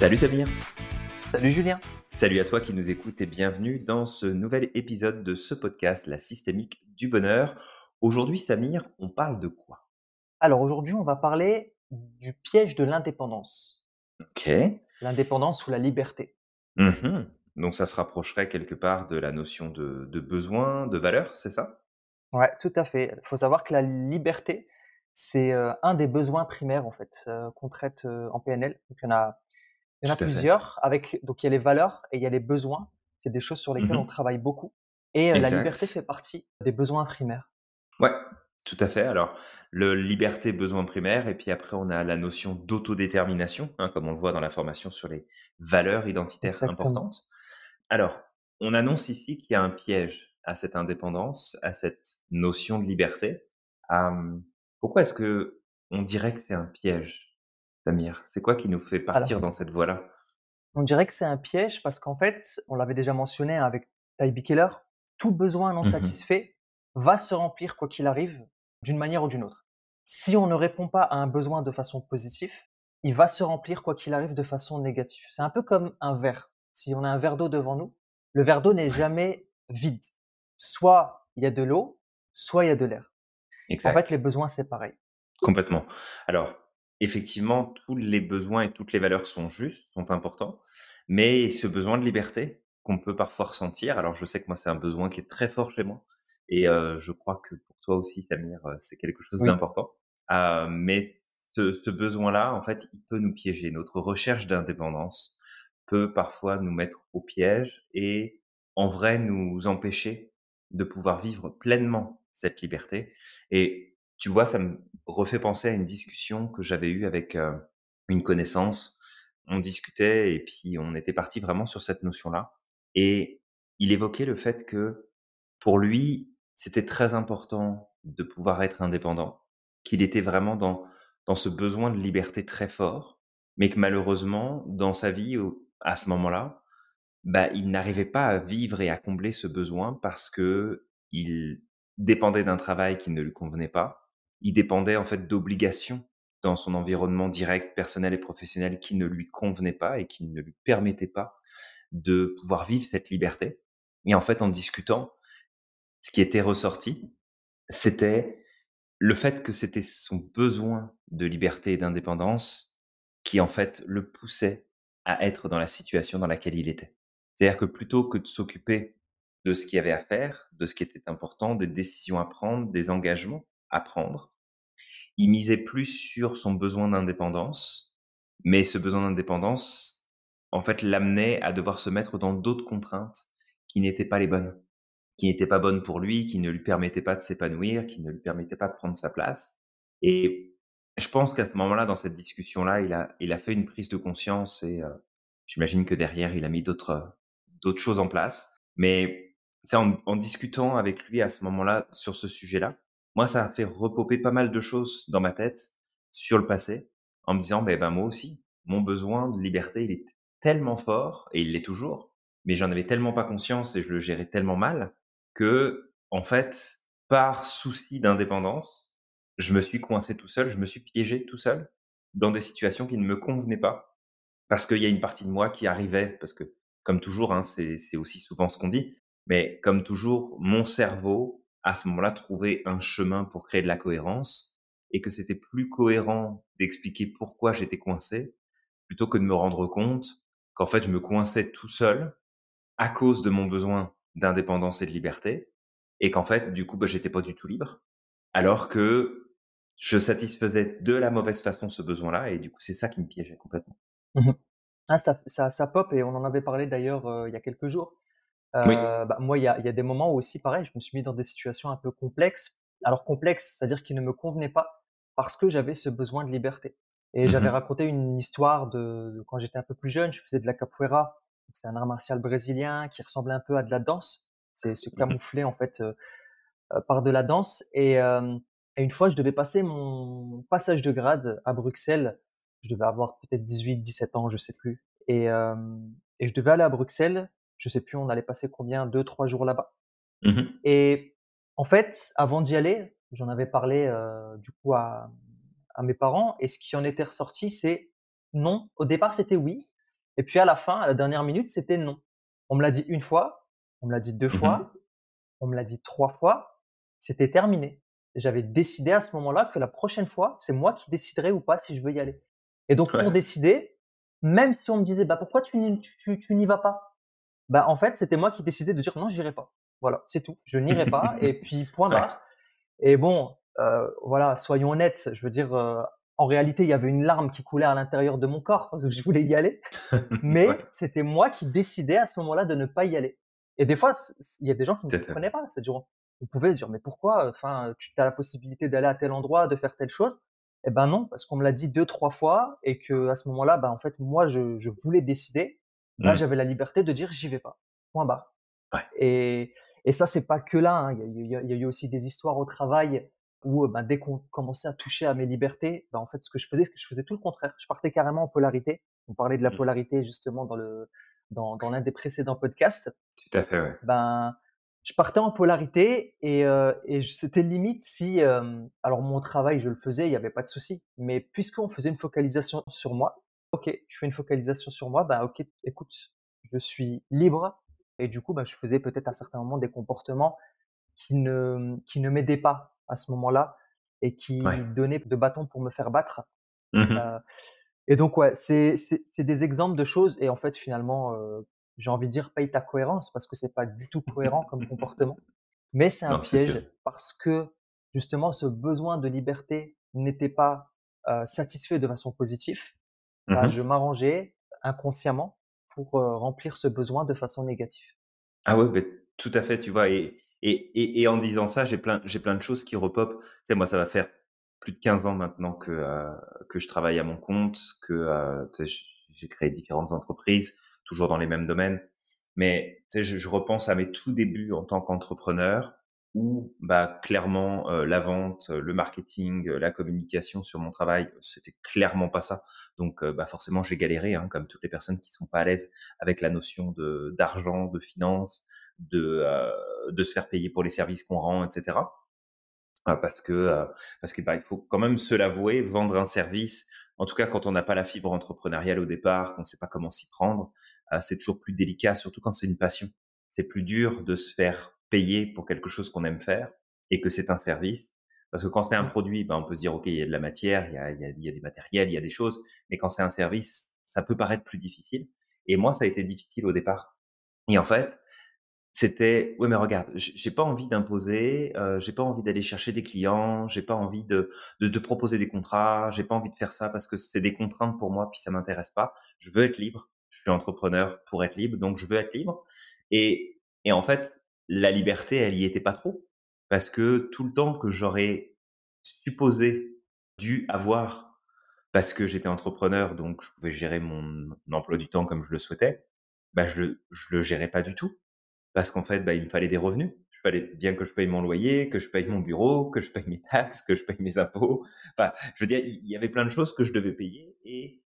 Salut Samir, Salut Julien. salut à toi qui nous écoutes et bienvenue dans ce nouvel épisode de ce podcast, La Systémique du Bonheur. Aujourd'hui Samir, on parle de quoi? Alors aujourd'hui, on va parler du piège de l'indépendance. Ok. L'indépendance ou la liberté. Mhm. Donc ça se rapprocherait quelque part de la notion de besoin, de valeur, c'est ça? Ouais, tout à fait. Il faut savoir que la liberté, c'est un des besoins primaires en fait qu'on traite en PNL. Donc il y en a Tout à fait. plusieurs. Donc il y a les valeurs et il y a les besoins. C'est des choses sur lesquelles on Mhm. travaille beaucoup. Et la liberté Exact. fait partie des besoins primaires. Ouais, tout à fait. Alors, le liberté, besoin primaire, et puis après on a la notion d'autodétermination, hein, comme on le voit dans la formation sur les valeurs identitaires Exactement. importantes. Alors, on annonce ici qu'il y a un piège à cette indépendance, à cette notion de liberté. Pourquoi est-ce que on dirait que c'est un piège, Samir? C'est quoi qui nous fait partir Alors, dans cette voie-là? on dirait que c'est un piège parce qu'en fait, on l'avait déjà mentionné avec Ty Keller, tout besoin non Mmh. satisfait va se remplir quoi qu'il arrive, d'une manière ou d'une autre. Si on ne répond pas à un besoin de façon positive, il va se remplir quoi qu'il arrive de façon négative. C'est un peu comme un verre. Si on a un verre d'eau devant nous, le verre d'eau n'est Ouais, jamais vide. Soit il y a de l'eau, soit il y a de l'air. En fait, les exact. besoins, c'est pareil. Complètement. Alors, effectivement, tous les besoins et toutes les valeurs sont justes, sont importants, mais ce besoin de liberté qu'on peut parfois ressentir, alors je sais que moi, c'est un besoin qui est très fort chez moi et je crois que pour toi aussi, Samir, c'est quelque chose Oui. d'important. Mais ce besoin-là, en fait, il peut nous piéger. Notre recherche d'indépendance peut parfois nous mettre au piège et en vrai nous empêcher de pouvoir vivre pleinement cette liberté. Et tu vois, ça me refait penser à une discussion que j'avais eue avec, une connaissance. On discutait et puis on était parti vraiment sur cette notion-là et il évoquait le fait que, pour lui, c'était très important de pouvoir être indépendant, qu'il était vraiment dans ce besoin de liberté très fort, mais que malheureusement, dans sa vie, à ce moment-là, bah, il n'arrivait pas à vivre et à combler ce besoin parce que il dépendait d'un travail qui ne lui convenait pas. Il dépendait en fait d'obligations dans son environnement direct, personnel et professionnel qui ne lui convenaient pas et qui ne lui permettaient pas de pouvoir vivre cette liberté. Et en fait, en discutant, ce qui était ressorti, c'était le fait que c'était son besoin de liberté et d'indépendance qui, en fait, le poussait à être dans la situation dans laquelle il était. C'est-à-dire que plutôt que de s'occuper de ce qu'il y avait à faire, de ce qui était important, des décisions à prendre, des engagements à prendre, il misait plus sur son besoin d'indépendance, mais ce besoin d'indépendance, en fait, l'amenait à devoir se mettre dans d'autres contraintes qui n'étaient pas les bonnes, qui n'étaient pas bonnes pour lui, qui ne lui permettaient pas de s'épanouir, qui ne lui permettaient pas de prendre sa place. Et je pense qu'à ce moment-là, dans cette discussion-là, il a fait une prise de conscience et j'imagine que derrière, il a mis d'autres choses en place. Mais tu sais, en discutant avec lui à ce moment-là sur ce sujet-là, moi, ça a fait repoper pas mal de choses dans ma tête sur le passé, en me disant: «Beh, ben, moi aussi, mon besoin de liberté, il est tellement fort et il l'est toujours, mais j'en avais tellement pas conscience et je le gérais tellement mal que, en fait, par souci d'indépendance, je me suis coincé tout seul, je me suis piégé tout seul dans des situations qui ne me convenaient pas. Parce qu'il y a une partie de moi qui arrivait, parce que comme toujours, hein, c'est aussi souvent ce qu'on dit, mais comme toujours, mon cerveau, à ce moment-là, trouvait un chemin pour créer de la cohérence et que c'était plus cohérent d'expliquer pourquoi j'étais coincé, plutôt que de me rendre compte qu'en fait, je me coinçais tout seul à cause de mon besoin d'indépendance et de liberté et qu'en fait, du coup, bah, j'étais pas du tout libre, alors que je satisfaisais de la mauvaise façon ce besoin-là et du coup, c'est ça qui me piégeait complètement. Mhm. Ah, ça pop et on en avait parlé d'ailleurs il y a quelques jours. Oui. Bah, moi, il y a des moments où aussi pareil, je me suis mis dans des situations un peu complexes. Alors complexes, c'est-à-dire qui ne me convenaient pas parce que j'avais ce besoin de liberté. Et Mmh j'avais mh. raconté une histoire de quand j'étais un peu plus jeune, je faisais de la capoeira. C'est un art martial brésilien qui ressemble un peu à de la danse. C'est Mmh mh. camouflé en fait, par de la danse et une fois je devais passer mon passage de grade à Bruxelles. Je devais avoir peut-être 18-17 ans, je sais plus et je devais aller à Bruxelles. Je sais plus, on allait passer combien? 2-3 jours là-bas Mmh mh. et en fait, avant d'y aller, j'en avais parlé, du coup à mes parents et ce qui en était ressorti, c'est non. Au départ, c'était oui Et puis à la fin, à la dernière minute, c'était non. On me l'a dit une fois, on me l'a dit 2 Mmh. fois, on me l'a dit 3 fois, c'était terminé. Et j'avais décidé à ce moment-là que la prochaine fois, c'est moi qui déciderai ou pas si je veux y aller. Et donc pour Ouais. décider, même si on me disait: «Bah, pourquoi tu n'y vas pas?» Bah, en fait, c'était moi qui décidais de dire: «Non, j'irai pas». Voilà, c'est tout. Je n'irai pas et puis point Ouais. barre. Et bon, voilà, soyons honnêtes, je veux dire, en réalité, il y avait une larme qui coulait à l'intérieur de mon corps parce que je voulais y aller, mais Ouais, c'était moi qui décidais à ce moment-là de ne pas y aller. Et des fois, il y a des gens qui ne tout à fait. comprenaient pas, c'est-à-dire, on pouvait dire: «Mais pourquoi? Enfin, tu as la possibilité d'aller à tel endroit, de faire telle chose». Eh ben non, parce qu'on me l'a dit 2, 3 fois et qu'à ce moment-là, bah, en fait, moi, je voulais décider. Là, Mmh. j'avais la liberté de dire: «J'y vais pas». Point barre. Ouais. Et ça, c'est pas que là, hein. Il y a eu aussi des histoires au travail où, bah, dès qu'on commençait à toucher à mes libertés, bah, en fait, ce que je faisais, c'est que je faisais tout le contraire. Je partais carrément en polarité. On parlait de la Mmh. polarité justement dans l'un des précédents podcasts. Tout à fait, ouais. Ben, je partais en polarité et c'était limite si, alors mon travail, je le faisais, il y avait pas de souci. Mais puisqu'on faisait une focalisation sur moi, OK, je fais une focalisation sur moi, bah, OK, écoute, je suis libre et du coup, bah, je faisais peut-être à certains moments des comportements qui ne m'aidaient pas à ce moment-là et qui Ouais. donnaient de bâton pour me faire battre. Mmh mh. Heu et donc ouais, c'est des exemples de choses et en fait finalement, j'ai envie de dire paye ta cohérence parce que c'est pas du tout cohérent comme comportement. Mais c'est un Non, c'est sûr. piège parce que justement ce besoin de liberté n'était pas, satisfait de façon positive. Mmh Bah, mh. je m'arrangeais inconsciemment pour, remplir ce besoin de façon négative. Ah ouais, beh, tout à fait, tu vois? Et en disant ça, j'ai plein de choses qui repopent. Tu sais, moi, ça va faire plus de 15 ans maintenant que je travaille à mon compte, tu sais, j'ai créé différentes entreprises, toujours dans les mêmes domaines. Mais tu sais, je repense à mes tout débuts en tant qu'entrepreneur où, bah, clairement, la vente, le marketing, la communication sur mon travail, c'était clairement pas ça. Donc, bah, forcément, j'ai galéré, hein, comme toutes les personnes qui sont pas à l'aise avec la notion de d'argent, de finance, de se faire payer pour les services qu'on rend, et cetera. Parce que, bah, il faut quand même se l'avouer, vendre un service, en tout cas quand on n'a pas la fibre entrepreneuriale au départ, qu'on ne sait pas comment s'y prendre, c'est toujours plus délicat, surtout quand c'est une passion. C'est plus dur de se faire payer pour quelque chose qu'on aime faire et que c'est un service. Parce que quand c'est un Mmh. produit, bah, on peut se dire: «OK, il y a de la matière, il y a du matériel, il y a des choses», mais quand c'est un service, ça peut paraître plus difficile et moi, ça a été difficile au départ et en fait, c'était: «Ouais, mais regarde, j'ai pas envie d'imposer, j'ai pas envie d'aller chercher des clients, j'ai pas envie de proposer des contrats, j'ai pas envie de faire ça parce que c'est des contraintes pour moi, puis ça m'intéresse pas. Je veux être libre. Je suis entrepreneur pour être libre, donc je veux être libre» et en fait, la liberté, elle y était pas trop parce que tout le temps que j'aurais supposé dû avoir parce que j'étais entrepreneur, donc je pouvais gérer mon emploi du temps comme je le souhaitais, bah, je le gérais pas du tout. Parce qu'en fait, bah, il me fallait des revenus. Il fallait bien que je paye mon loyer, que je paye mon bureau, que je paye mes taxes, que je paye mes impôts. Enfin, je veux dire, il y avait plein de choses que je devais payer et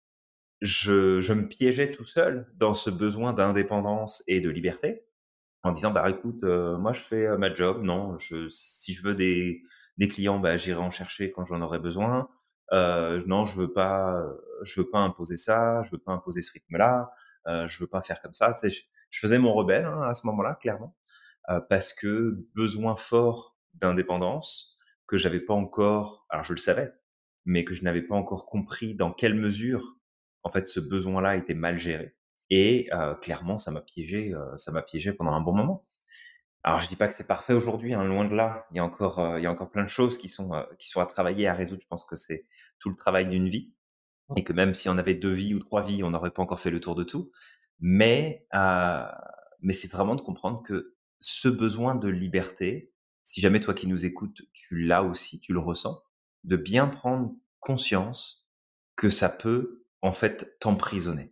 je me piégeais tout seul dans ce besoin d'indépendance et de liberté en disant: «Bah, écoute, moi je fais, ma job. Non, si je veux des clients, bah, j'irai en chercher quand j'en aurai besoin. Non, je veux pas imposer ça, je veux pas imposer ce rythme-là, je veux pas faire comme ça». Tu sais, je faisais mon rebelle, hein, à ce moment-là, clairement, parce que besoin fort d'indépendance que j'avais pas encore alors je le savais, mais que je n'avais pas encore compris dans quelle mesure, en fait, ce besoin-là était mal géré et clairement ça m'a piégé pendant un bon moment. Alors je dis pas que c'est parfait aujourd'hui, hein, loin de là. Il y a encore plein de choses qui sont à travailler, à résoudre. Je pense que c'est tout le travail d'une vie et que même si on avait 2 vies ou 3 vies, on n'aurait pas encore fait le tour de tout. Mais, mais c'est vraiment de comprendre que ce besoin de liberté, si jamais toi qui nous écoutes, tu l'as aussi, tu le ressens, de bien prendre conscience que ça peut, en fait, t'emprisonner.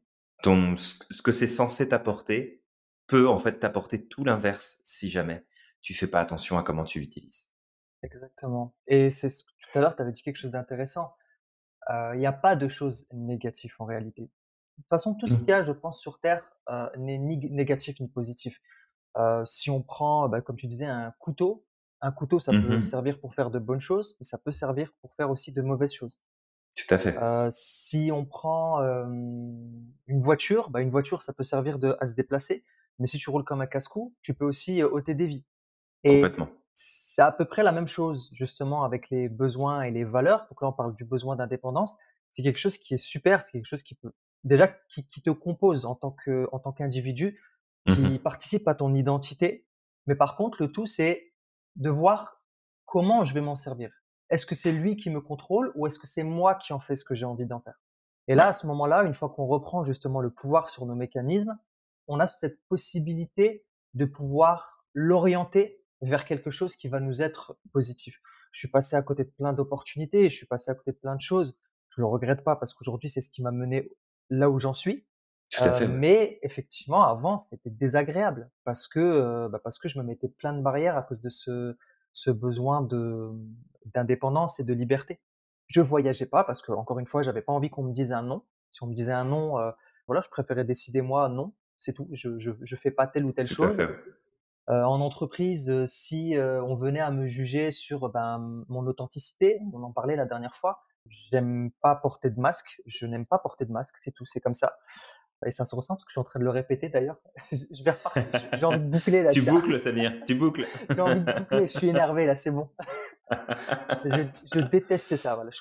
Ce que c'est censé t'apporter peut, en fait, t'apporter tout l'inverse si jamais tu fais pas attention à comment tu l'utilises. Exactement. Et tout à l'heure, tu avais dit quelque chose d'intéressant. Il y a pas de choses négatives en réalité. De toute façon, tout ce qu'il y Mmh. a, je pense, sur terre, n'est ni négatif ni positif. Si on prend, bah, comme tu disais, un couteau, ça Mmh peut mh. servir pour faire de bonnes choses, mais ça peut servir pour faire aussi de mauvaises choses. Tout à fait. Si on prend, une voiture, bah, une voiture, ça peut servir à se déplacer, mais si tu roules comme un casse-cou, tu peux aussi, ôter des vies. Et Complètement. c'est à peu près la même chose, justement, avec les besoins et les valeurs. Donc là, on parle du besoin d'indépendance. C'est quelque chose qui est super, c'est quelque chose qui peut déjà qui te compose en tant qu'individu, Mmh mh. qui participe à ton identité. Mais par contre, le tout, c'est de voir comment je vais m'en servir. Est-ce que c'est lui qui me contrôle ou est-ce que c'est moi qui en fais ce que j'ai envie d'en faire? Et là, Ouais, à ce moment-là, une fois qu'on reprend justement le pouvoir sur nos mécanismes, on a cette possibilité de pouvoir l'orienter vers quelque chose qui va nous être positif. Je suis passé à côté de plein d'opportunités, je suis passé à côté de plein de choses. Je le regrette pas parce qu'aujourd'hui, c'est ce qui m'a mené là où j'en suis. tout à fait, ouais. Mais effectivement, avant, c'était désagréable parce que je me mettais plein de barrières à cause de ce besoin d'indépendance et de liberté. Je voyageais pas parce que encore une fois, j'avais pas envie qu'on me dise un non. Si on me disait un non, voilà, je préférais décider moi non, c'est tout. Je fais pas telle ou telle Tout à fait, chose. ouais. En entreprise, si, on venait à me juger sur, mon authenticité, on en parlait la dernière fois, j'aime pas porter de masque, je n'aime pas porter de masque, c'est tout, c'est comme ça et ça se ressent parce que je suis en train de le répéter d'ailleurs. Je vais repartir, j'ai envie de boucler là, Tu tiens, boucles, Samir, tu boucles. j'ai envie de boucler, je suis énervé là, c'est bon. Je déteste ça, voilà,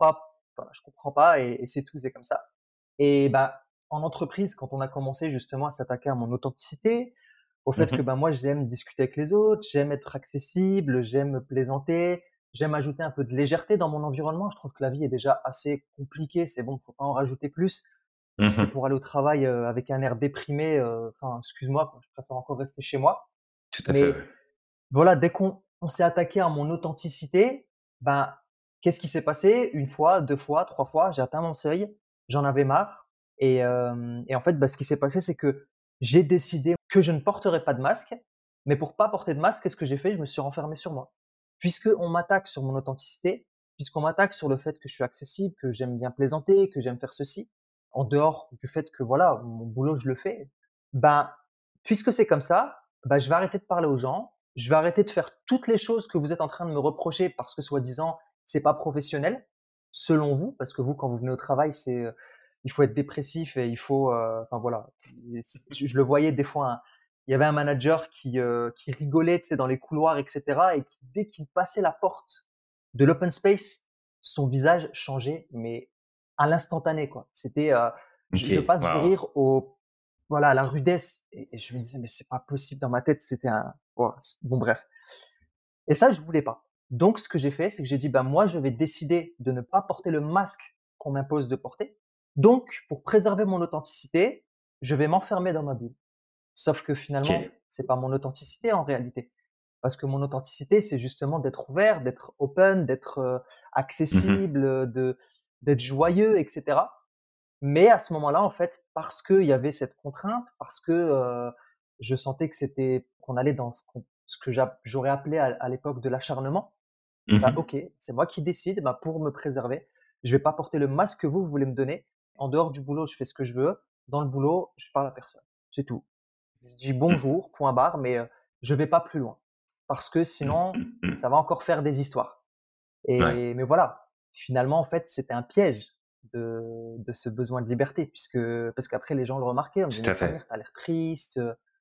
je comprends pas et c'est tout, c'est comme ça et bah, en entreprise, quand on a commencé justement à s'attaquer à mon authenticité, au Mmh fait que, mh. ben, moi j'aime discuter avec les autres, j'aime être accessible, j'aime plaisanter, j'aime ajouter un peu de légèreté dans mon environnement. Je trouve que la vie est déjà assez compliquée, c'est bon, faut pas en rajouter plus. Si Mmh c'est mh. pour aller au travail, avec un air déprimé, enfin excuse-moi quoi, je préfère encore rester chez moi. Tout à fait, Mais ouais. voilà, dès qu'on s'est attaqué à mon authenticité, ben, qu'est-ce qui s'est passé? Une fois, 2 fois, 3 fois, j'ai atteint mon seuil, j'en avais marre et en fait, bah, ce qui s'est passé, c'est que j'ai décidé que je ne porterai pas de masque, mais pour pas porter de masque, qu'est-ce que j'ai fait? Je me suis renfermé sur moi. Puisqu'on m'attaque sur mon authenticité, puisqu'on m'attaque sur le fait que je suis accessible, que j'aime bien plaisanter, que j'aime faire ceci, en dehors du fait que voilà, mon boulot, je le fais, ben, puisque c'est comme ça, bah, je vais arrêter de parler aux gens, je vais arrêter de faire toutes les choses que vous êtes en train de me reprocher parce que soi-disant, c'est pas professionnel, selon vous, parce que vous, quand vous venez au travail, il faut être dépressif et il faut, enfin voilà. Je le voyais des fois, il y avait un manager qui rigolait, tu sais, dans les couloirs, et cetera, et qui, dès qu'il passait la porte de l'open space, son visage changeait, mais à l'instantané, quoi. C'était, je OK, passe du waouh. rire au voilà, à la rudesse et je me disais: «Mais c'est pas possible». Dans ma tête, c'était un waouh, bon bref et ça, je voulais pas. Donc ce que j'ai fait, c'est que j'ai dit: «Bah, moi, je vais décider de ne pas porter le masque qu'on m'impose de porter. Donc pour préserver mon authenticité, je vais m'enfermer dans ma bulle». Sauf que OK. finalement, c'est pas mon authenticité en réalité. Parce que mon authenticité, c'est justement d'être ouvert, d'être open, d'être, Mmh mh. accessible, d'être joyeux et cetera. Mais à ce moment-là, en fait, parce qu'il y avait cette contrainte, parce que, je sentais que c'était qu'on allait dans ce que j'aurais appelé à l'époque de l'acharnement, Mmh bah, mh. OK, c'est moi qui décide, bah, pour me préserver, je vais pas porter le masque que vous voulez me donner. En dehors du boulot, je fais ce que je veux. Dans le boulot, je parle à personne. C'est tout. Je dis Mmh. bonjour, point barre, mais, je vais pas plus loin. Parce que Mmh sinon, mh. Mmh. ça va encore faire des histoires. Ouais. Mais voilà, finalement, en fait, c'était un piège de ce besoin de liberté parce qu'après les gens le remarquaient, on me disait: Tout «Mais à fait. Samir, tu as l'air triste,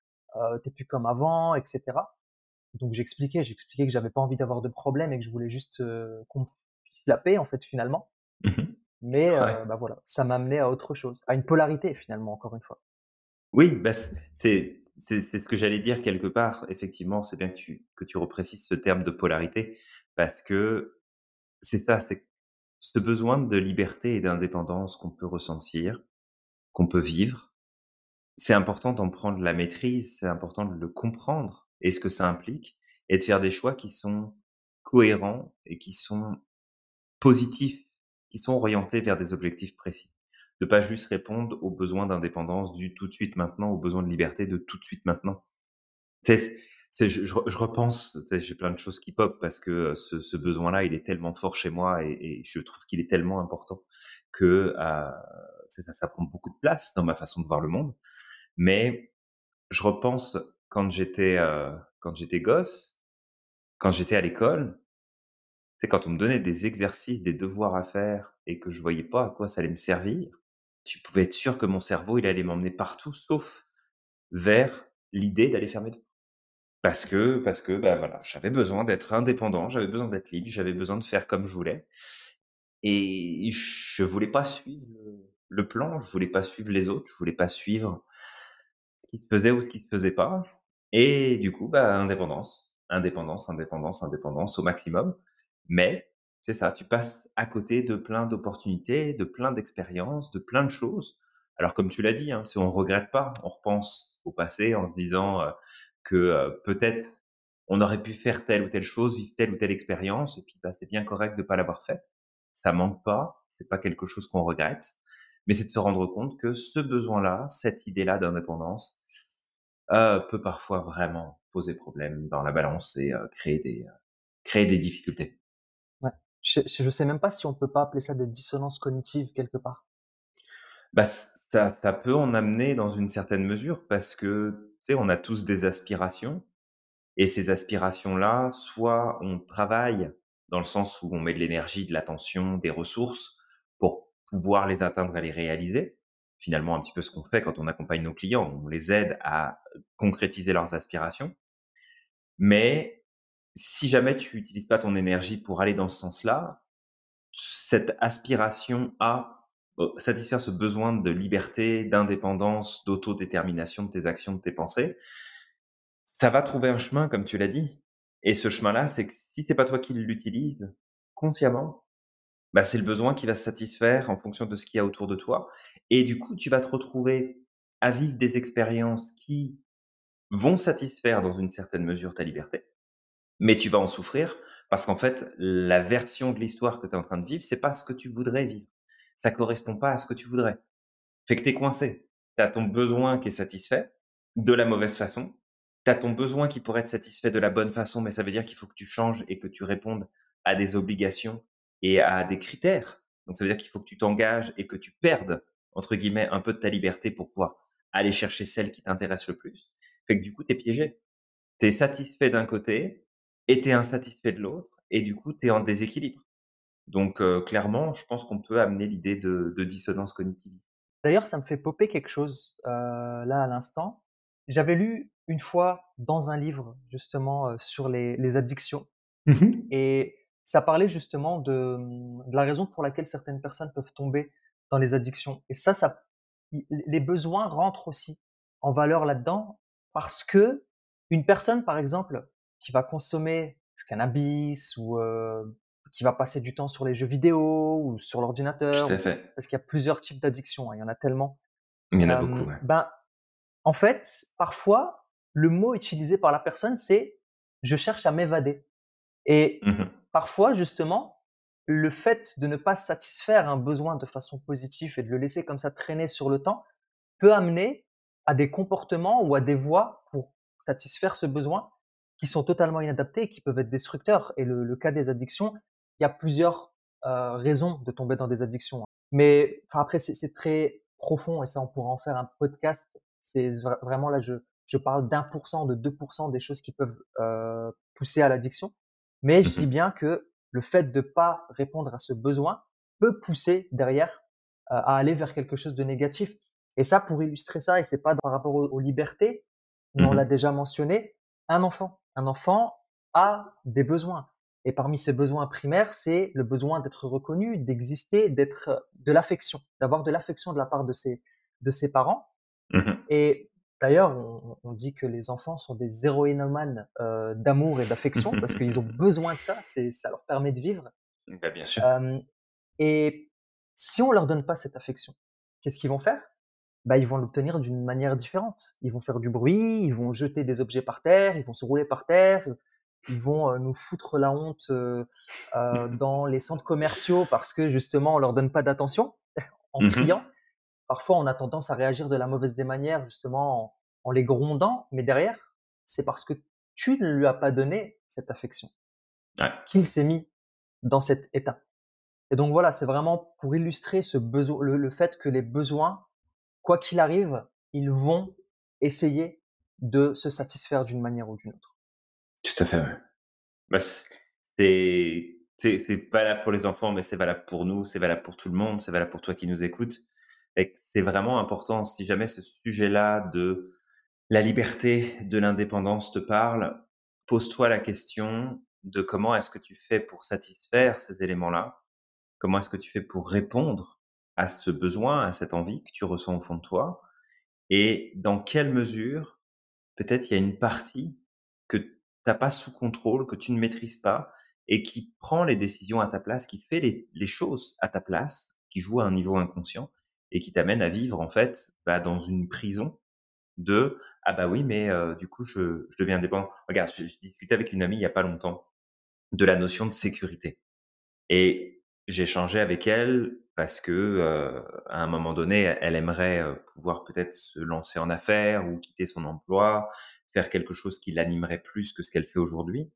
tu plus comme avant» et cetera. Donc j'expliquais que j'avais pas envie d'avoir de problème et que je voulais juste, qu'on me fiche la paix, en fait, finalement. Mmh mh. Mais, Ouais. bah, voilà, ça m'a amené à autre chose, à une polarité finalement, encore une fois. Oui, bah, c'est ce que j'allais dire quelque part. Effectivement, c'est bien que tu reprécises ce terme de polarité parce que c'est ça, c'est ce besoin de liberté et d'indépendance qu'on peut ressentir, qu'on peut vivre. C'est important d'en prendre la maîtrise, c'est important de le comprendre et ce que ça implique et de faire des choix qui sont cohérents et qui sont positifs, qui sont orientés vers des objectifs précis. De pas juste répondre aux besoins d'indépendance du tout de suite maintenant, aux besoins de liberté de tout de suite maintenant. Tu sais, je repense, tu sais, j'ai plein de choses qui pop parce que, ce besoin-là, il est tellement fort chez moi et je trouve qu'il est tellement important que, ça prend beaucoup de place dans ma façon de voir le monde. Mais je repense quand j'étais gosse, quand j'étais à l'école, tu sais, quand on me donnait des exercices, des devoirs à faire et que je voyais pas à quoi ça allait me servir, tu pouvais être sûr que mon cerveau, il allait m'emmener partout sauf vers l'idée d'aller faire mes devoirs. Parce que, bah, voilà, j'avais besoin d'être indépendant, j'avais besoin d'être libre, j'avais besoin de faire comme je voulais et je voulais pas suivre le plan, je voulais pas suivre les autres, je voulais pas suivre ce qui se faisait ou ce qui se faisait pas et du coup, bah, indépendance, indépendance, indépendance, indépendance au maximum. Mais c'est ça, tu passes à côté de plein d'opportunités, de plein d'expériences, de plein de choses. Alors comme tu l'as dit, hein, si on regrette pas, on repense au passé en se disant, que, peut-être on aurait pu faire telle ou telle chose, vivre telle ou telle expérience et puis, bah, c'est bien correct de pas l'avoir fait. Ça manque pas, c'est pas quelque chose qu'on regrette, mais c'est de se rendre compte que ce besoin-là, cette idée-là d'indépendance, peut parfois vraiment poser problème dans la balance et créer des difficultés. Ouais. Je sais même pas si on peut pas appeler ça des dissonances cognitives quelque part. Bah, ça peut en amener dans une certaine mesure parce que, tu sais, on a tous des aspirations et ces aspirations-là, soit on travaille dans le sens où on met de l'énergie, de l'attention, des ressources pour pouvoir les atteindre et les réaliser. Finalement, un petit peu ce qu'on fait quand on accompagne nos clients, on les aide à concrétiser leurs aspirations. Mais si jamais tu utilises pas ton énergie pour aller dans ce sens-là, cette aspiration à, satisfaire ce besoin de liberté, d'indépendance, d'autodétermination de tes actions, de tes pensées, ça va trouver un chemin comme tu l'as dit. Et ce chemin-là, c'est que si c'est pas toi qui l'utilises consciemment, bah, c'est le besoin qui va se satisfaire en fonction de ce qu'il y a autour de toi. Et du coup, tu vas te retrouver à vivre des expériences qui vont satisfaire dans une certaine mesure ta liberté. Mais tu vas en souffrir parce qu'en fait, la version de l'histoire que tu es en train de vivre, c'est pas ce que tu voudrais vivre. Ça correspond pas à ce que tu voudrais. Fait que tu es coincé. Tu as ton besoin qui est satisfait de la mauvaise façon. Tu as ton besoin qui pourrait être satisfait de la bonne façon, mais ça veut dire qu'il faut que tu changes et que tu répondes à des obligations et à des critères. Donc ça veut dire qu'il faut que tu t'engages et que tu perdes, entre guillemets, un peu de ta liberté pour pouvoir aller chercher celle qui t'intéresse le plus. Fait que du coup, tu es piégé. Tu es satisfait d'un côté et tu es insatisfait de l'autre et du coup, tu es en déséquilibre. Donc clairement, je pense qu'on peut amener l'idée de dissonance cognitive. D'ailleurs, ça me fait popper quelque chose, là, à l'instant. J'avais lu une fois dans un livre justement, sur les addictions Mmh mh. et ça parlait justement de la raison pour laquelle certaines personnes peuvent tomber dans les addictions et ça les besoins rentrent aussi en valeur là-dedans parce que une personne, par exemple, qui va consommer du cannabis ou, qui va passer du temps sur les jeux vidéo ou sur Tout l'ordinateur à fait. parce qu'il y a plusieurs types d'addictions, hein, il y en a tellement. Il y en a beaucoup, ouais. Ben, en fait, parfois, le mot utilisé par la personne, c'est: «Je cherche à m'évader» et Mmh mh. parfois, justement, le fait de ne pas satisfaire un besoin de façon positive et de le laisser comme ça traîner sur le temps, peut amener à des comportements ou à des voies pour satisfaire ce besoin qui sont totalement inadaptés et qui peuvent être destructeurs et le cas des addictions, il y a plusieurs, raisons de tomber dans des addictions, hein. Mais enfin après c'est très profond et ça on pourra en faire un podcast. C'est vraiment là je parle d'1 de 2 des choses qui peuvent, pousser à l'addiction. Mais je Mmh dis mh. bien que le fait de pas répondre à ce besoin peut pousser derrière, à aller vers quelque chose de négatif. Et ça, pour illustrer ça, et c'est pas par rapport aux libertés, mais Mmh on l'a mh. déjà mentionné, un enfant a des besoins. Et parmi ces besoins primaires, c'est le besoin d'être reconnu, d'exister, d'être, de l'affection, d'avoir de l'affection de la part de ses parents. Mmh mh. Et d'ailleurs, on dit que les enfants sont des héroïnomanes, d'amour et d'affection parce qu'ils ont besoin de ça, ça leur permet de vivre. Bah, bien sûr. Hem et si on leur donne pas cette affection, qu'est-ce qu'ils vont faire? Bah, ils vont l'obtenir d'une manière différente. Ils vont faire du bruit, ils vont jeter des objets par terre, ils vont se rouler par terre, ils vont, nous foutre la honte, dans les centres commerciaux parce que justement on leur donne pas d'attention en Mmh mh. criant. Parfois, on a tendance à réagir de la mauvaise des manières justement en les grondant, mais derrière, c'est parce que tu ne lui as pas donné cette affection Ouais. qu'il s'est mis dans cet état. Et donc voilà, c'est vraiment pour illustrer ce besoin, le fait que les besoins, quoi qu'il arrive, ils vont essayer de se satisfaire d'une manière ou d'une autre. Tout à fait, ouais. Bah, c'est c'est valable pour les enfants, mais c'est valable pour nous, c'est valable pour tout le monde, c'est valable pour toi qui nous écoutes et que c'est vraiment important si jamais ce sujet-là de la liberté, de l'indépendance te parle, pose-toi la question de comment est-ce que tu fais pour satisfaire ces éléments-là? Comment est-ce que tu fais pour répondre à ce besoin, à cette envie que tu ressens au fond de toi? Et dans quelle mesure, peut-être, il y a une partie que tu as pas sous contrôle, que tu ne maîtrises pas et qui prend les décisions à ta place, qui fait les choses à ta place, qui joue à un niveau inconscient et qui t'amène à vivre, en fait, bah, dans une prison de: «Ah bah oui, mais du coup, je deviens indépendant». Regarde, je discutais avec une amie il y a pas longtemps de la notion de sécurité et j'ai échangé avec elle parce que, à un moment donné, elle aimerait, pouvoir peut-être se lancer en affaires ou quitter son emploi, faire quelque chose qui l'animerait plus que ce qu'elle fait aujourd'hui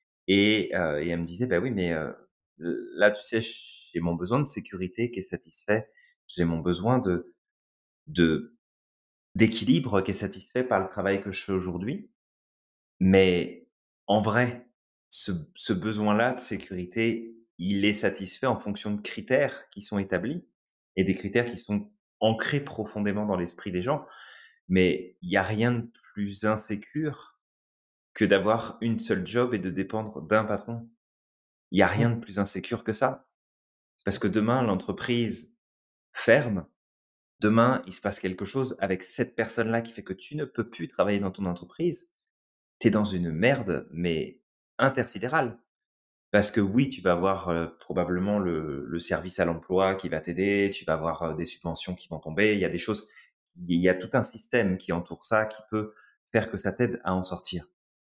et elle me disait: «Bah oui, mais là, tu sais, j'ai mon besoin de sécurité qui est satisfait. J'ai mon besoin de d'équilibre qui est satisfait par le travail que je fais aujourd'hui. Mais en vrai, ce besoin-là de sécurité, il est satisfait en fonction de critères qui sont établis et des critères qui sont ancrés profondément dans l'esprit des gens. Mais il y a rien de plus insécure que d'avoir une seule job et de dépendre d'un patron. Il y a Mmh, rien de plus insécure que ça. Parce que demain, l'entreprise ferme. Demain, il se passe quelque chose avec cette personne-là qui fait que tu ne peux plus travailler dans ton entreprise. Tu es dans une merde, mais intersidérale. Parce que oui, tu vas avoir, probablement le service à l'emploi qui va t'aider, tu vas avoir, des subventions qui vont tomber. Il y a des choses, il y a tout un système qui entoure ça, qui peut faire que ça t'aide à en sortir.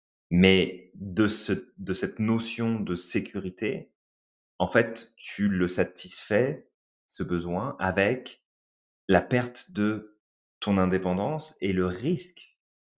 Mais de cette notion de sécurité, en fait, tu le satisfais, ce besoin, avec la perte de ton indépendance et le risque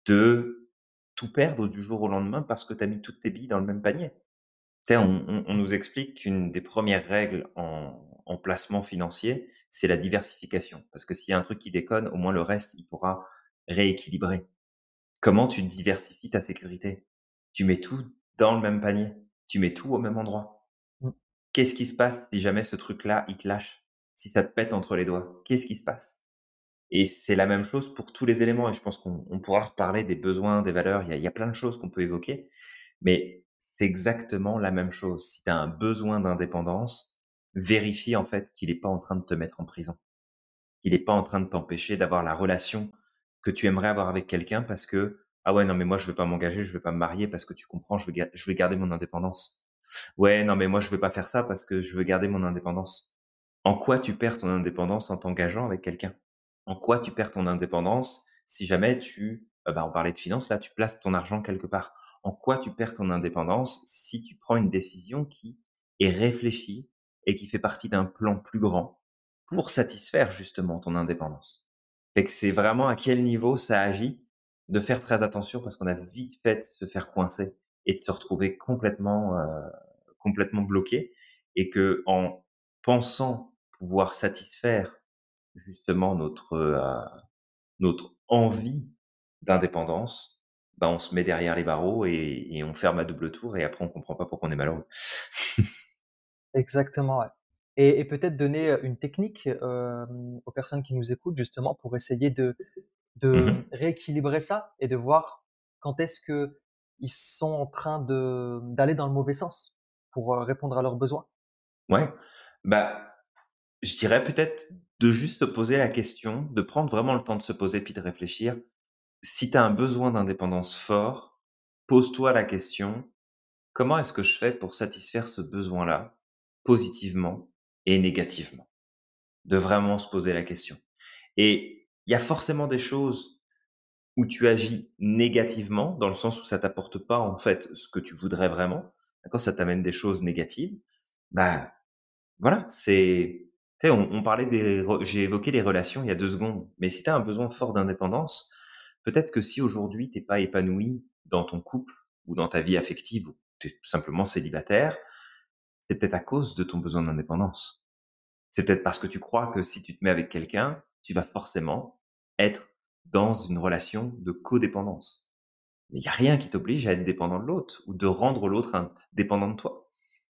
de tout perdre du jour au lendemain parce que tu as mis toutes tes billes dans le même panier. Tu sais, on mmh, nous explique qu'une des premières règles en placement financier, c'est la diversification. Parce que s'il y a un truc qui déconne, au moins le reste, il pourra rééquilibrer. Comment tu diversifies ta sécurité? Tu mets tout dans le même panier, tu mets tout au même endroit. mmh. Qu'est-ce qui se passe si jamais ce truc-là, il te lâche? Si ça te pète entre les doigts? Qu'est-ce qui se passe? Et c'est la même chose pour tous les éléments et je pense qu'on pourra reparler des besoins, des valeurs, il y a plein de choses qu'on peut évoquer, mais c'est exactement la même chose. Si tu as un besoin d'indépendance, vérifie en fait qu'il est pas en train de te mettre en prison. Qu'il est pas en train de t'empêcher d'avoir la relation que tu aimerais avoir avec quelqu'un parce que: «Ah ouais, non mais moi je veux pas m'engager, je veux pas me marier parce que tu comprends, je veux garder mon indépendance. Ouais, non mais moi je veux pas faire ça parce que je veux garder mon indépendance». En quoi tu perds ton indépendance en t'engageant avec quelqu'un? En quoi tu perds ton indépendance si jamais bah, on parlait de finances là, tu places ton argent quelque part? En quoi tu perds ton indépendance si tu prends une décision qui est réfléchie et qui fait partie d'un plan plus grand pour satisfaire justement ton indépendance? Fait que c'est vraiment à quel niveau ça agit, de faire très attention parce qu'on a vite fait de se faire coincer et de se retrouver complètement bloqué et que en pensant pouvoir satisfaire justement notre envie d'indépendance, bah, on se met derrière les barreaux et on ferme à double tour et après on comprend pas pourquoi on est malheureux. Exactement, ouais. Et peut-être donner, une technique, aux personnes qui nous écoutent justement pour essayer Mmh de mh. rééquilibrer ça et de voir quand est-ce qu'ils sont en train d'aller dans le mauvais sens pour, répondre à leurs besoins. Ouais, bah, je dirais peut-être de juste se poser la question, de prendre vraiment le temps de se poser puis de réfléchir. Si tu as un besoin d'indépendance fort, pose-toi la question: «Comment est-ce que je fais pour satisfaire ce besoin-là, positivement et négativement?» De vraiment se poser la question. Et il y a forcément des choses où tu agis négativement, dans le sens où ça t'apporte pas, en fait, ce que tu voudrais vraiment. D'accord? Ça t'amène des choses négatives. Bah, voilà, tu sais, on parlait j'ai évoqué les relations il y a 2 secondes, mais si tu as un besoin fort d'indépendance, peut-être que si aujourd'hui tu pas épanoui dans ton couple ou dans ta vie affective ou tu es tout simplement célibataire, c'est peut-être à cause de ton besoin d'indépendance. C'est peut-être parce que tu crois que si tu te mets avec quelqu'un, tu vas forcément être dans une relation de codépendance. Il y a rien qui t'oblige à être dépendant de l'autre ou de rendre l'autre dépendant de toi.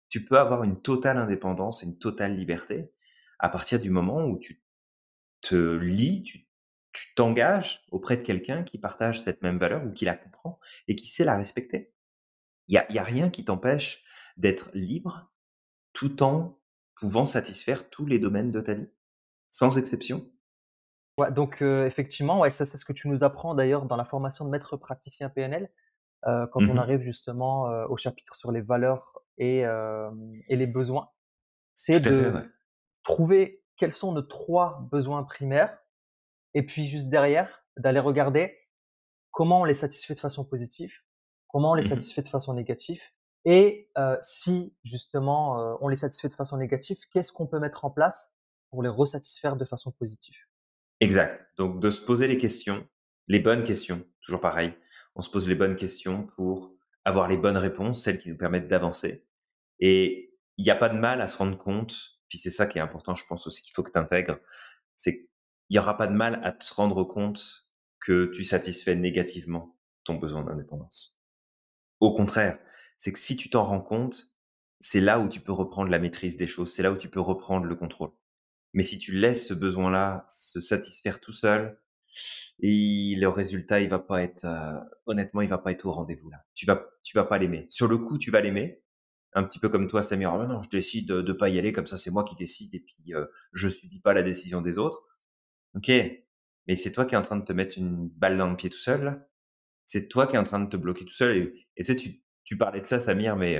Tu peux avoir une totale indépendance et une totale liberté à partir du moment où tu te lies, tu t'engages auprès de quelqu'un qui partage cette même valeur ou qui la comprend et qui sait la respecter. Il y a rien qui t'empêche d'être libre tout en pouvant satisfaire tous les domaines de ta vie, sans exception. Ouais, donc effectivement, ouais, ça, c'est ce que tu nous apprends d'ailleurs dans la formation de maître praticien PNL, quand on Mmh. arrive justement, au chapitre sur les valeurs et les besoins. C'est Tout à fait, ouais. de trouver quels sont nos 3 besoins primaires et puis juste derrière, d'aller regarder comment on les satisfait de façon positive, comment on les Mmh. satisfait de façon négative et si justement, on les satisfait de façon négative, qu'est-ce qu'on peut mettre en place pour les resatisfaire de façon positive? Exact. Donc de se poser les questions, les bonnes questions, toujours pareil. On se pose les bonnes questions pour avoir les bonnes réponses, celles qui nous permettent d'avancer. Et il n'y a pas de mal à se rendre compte, puis c'est ça qui est important, je pense aussi qu'il faut que tu intègres, c'est qu'il y aura pas de mal à te rendre compte que tu satisfais négativement ton besoin d'indépendance. Au contraire, c'est que si tu t'en rends compte, c'est là où tu peux reprendre la maîtrise des choses, c'est là où tu peux reprendre le contrôle. Mais si tu laisses ce besoin-là se satisfaire tout seul, et le résultat, il va pas être, honnêtement, il va pas être au rendez-vous là. Tu vas pas l'aimer. Sur le coup, tu vas l'aimer, un petit peu comme toi, Samir: «Ah bah non, je décide de pas y aller, comme ça, c'est moi qui décide et puis, je subis pas la décision des autres». OK, mais c'est toi qui es en train de te mettre une balle dans le pied tout seul là. C'est toi qui es en train de te bloquer tout seul et tu sais, tu parlais de ça, Samir, mais,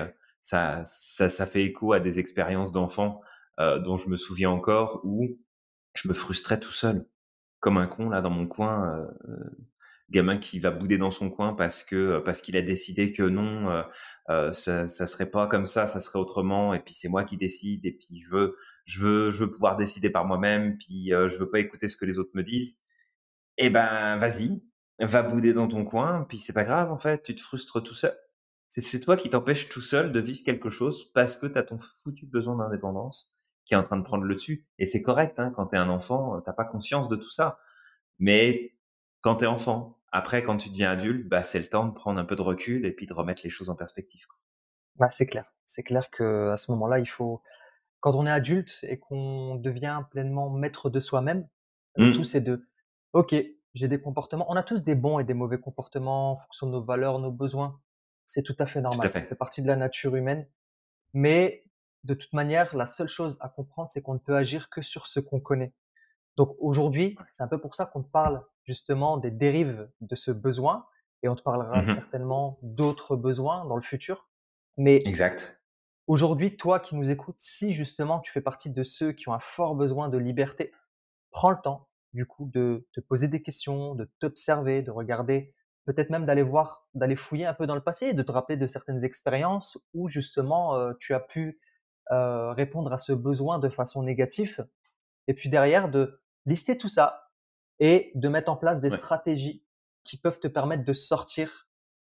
ça fait écho à des expériences d'enfants, dont je me souviens encore où je me frustrais tout seul, comme un con là dans mon coin, gamin qui va bouder dans son coin parce qu'il a décidé que non, ça serait pas comme ça serait autrement et puis c'est moi qui décide et puis je veux pouvoir décider par moi-même, puis, je veux pas écouter ce que les autres me disent. Eh ben, vas-y, va bouder dans ton coin, puis c'est pas grave en fait, tu te frustres tout seul. C'est toi qui t'empêches tout seul de vivre quelque chose parce que tu as ton foutu besoin d'indépendance qui est en train de prendre le dessus et c'est correct, hein, quand tu es un enfant, tu pas conscience de tout ça. Mais quand tu es enfant, après quand tu deviens adulte, bah, c'est le temps de prendre un peu de recul et puis de remettre les choses en perspective, quoi. Bah, c'est clair. C'est clair qu'à ce moment-là, il faut quand on est adulte et qu'on devient pleinement maître de soi-même, le tout Mmh, c'est de: «OK, j'ai des comportements». On a tous des bons et des mauvais comportements en fonction de nos valeurs, nos besoins. C'est tout à fait tout à normal, ça fait fait. partie de la nature humaine. Mais de toute manière, la seule chose à comprendre, c'est qu'on ne peut agir que sur ce qu'on connaît. Donc aujourd'hui, c'est un peu pour ça qu'on te parle justement des dérives de ce besoin et on te parlera Mmh. certainement d'autres besoins dans le futur. Mais Exact. aujourd'hui, toi qui nous écoutes, si justement tu fais partie de ceux qui ont un fort besoin de liberté, prends le temps du coup de te poser des questions, de t'observer, de regarder, peut-être même d'aller voir, d'aller fouiller un peu dans le passé, de te rappeler de certaines expériences où justement, tu as pu, répondre à ce besoin de façon négative et puis derrière de lister tout ça et de mettre en place des Ouais, stratégies qui peuvent te permettre de sortir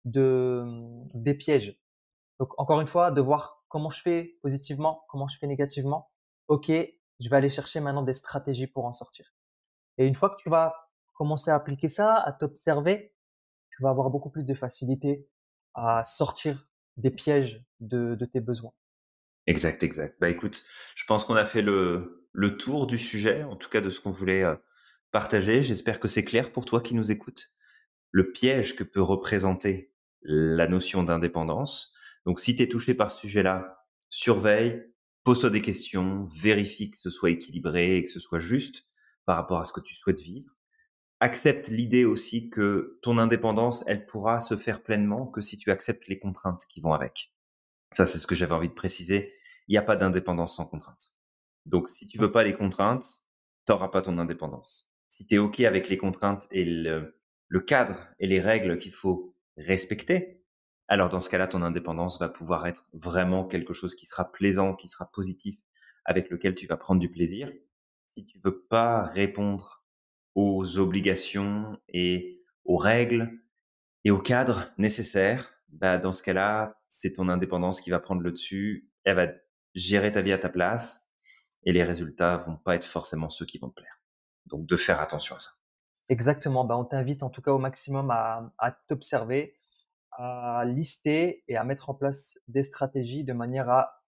de, des pièges. Donc encore une fois, de voir comment je fais positivement, comment je fais négativement. OK, je vais aller chercher maintenant des stratégies pour en sortir. Et une fois que tu vas commencer à appliquer ça, à t'observer, tu vas avoir beaucoup plus de facilité à sortir des pièges de tes besoins. exact, exact. Bah, écoute, je pense qu'on a fait le tour du sujet, en tout cas de ce qu'on voulait, partager. J'espère que c'est clair pour toi qui nous écoutes. Le piège que peut représenter la notion d'indépendance. Donc si tu es touché par ce sujet-là, surveille, pose-toi des questions, vérifie que ce soit équilibré et que ce soit juste par rapport à ce que tu souhaites vivre. Accepte l'idée aussi que ton indépendance, elle pourra se faire pleinement que si tu acceptes les contraintes qui vont avec. Ça, c'est ce que j'avais envie de préciser. Il n'y a pas d'indépendance sans contrainte. Donc, si tu Mmh. veux pas les contraintes, t'auras pas ton indépendance. Si tu es OK avec les contraintes et le cadre et les règles qu'il faut respecter, alors dans ce cas-là, ton indépendance va pouvoir être vraiment quelque chose qui sera plaisant, qui sera positif, avec lequel tu vas prendre du plaisir. Si tu veux pas répondre aux obligations et aux règles et au cadre nécessaire, bah, dans ce cas-là, c'est ton indépendance qui va prendre le dessus. Elle va gérer ta vie à ta place et les résultats vont pas être forcément ceux qui vont te plaire. Donc de faire attention à ça. Exactement, bah, on t'invite en tout cas au maximum à t'observer, à lister et à mettre en place des stratégies de manière à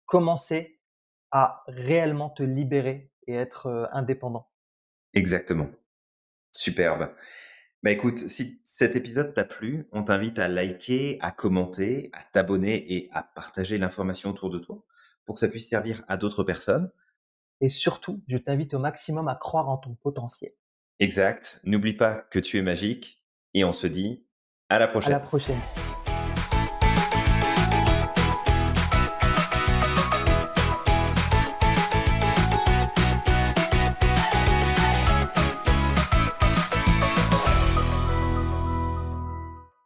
commencer à réellement te libérer et être, indépendant. Exactement. Superbe. Bah, écoute, si cet épisode t'a plu, on t'invite à liker, à commenter, à t'abonner et à partager l'information autour de toi pour que ça puisse servir à d'autres personnes. Et surtout, je t'invite au maximum à croire en ton potentiel. Exact. N'oublie pas que tu es magique et on se dit à la À la prochaine. prochaine.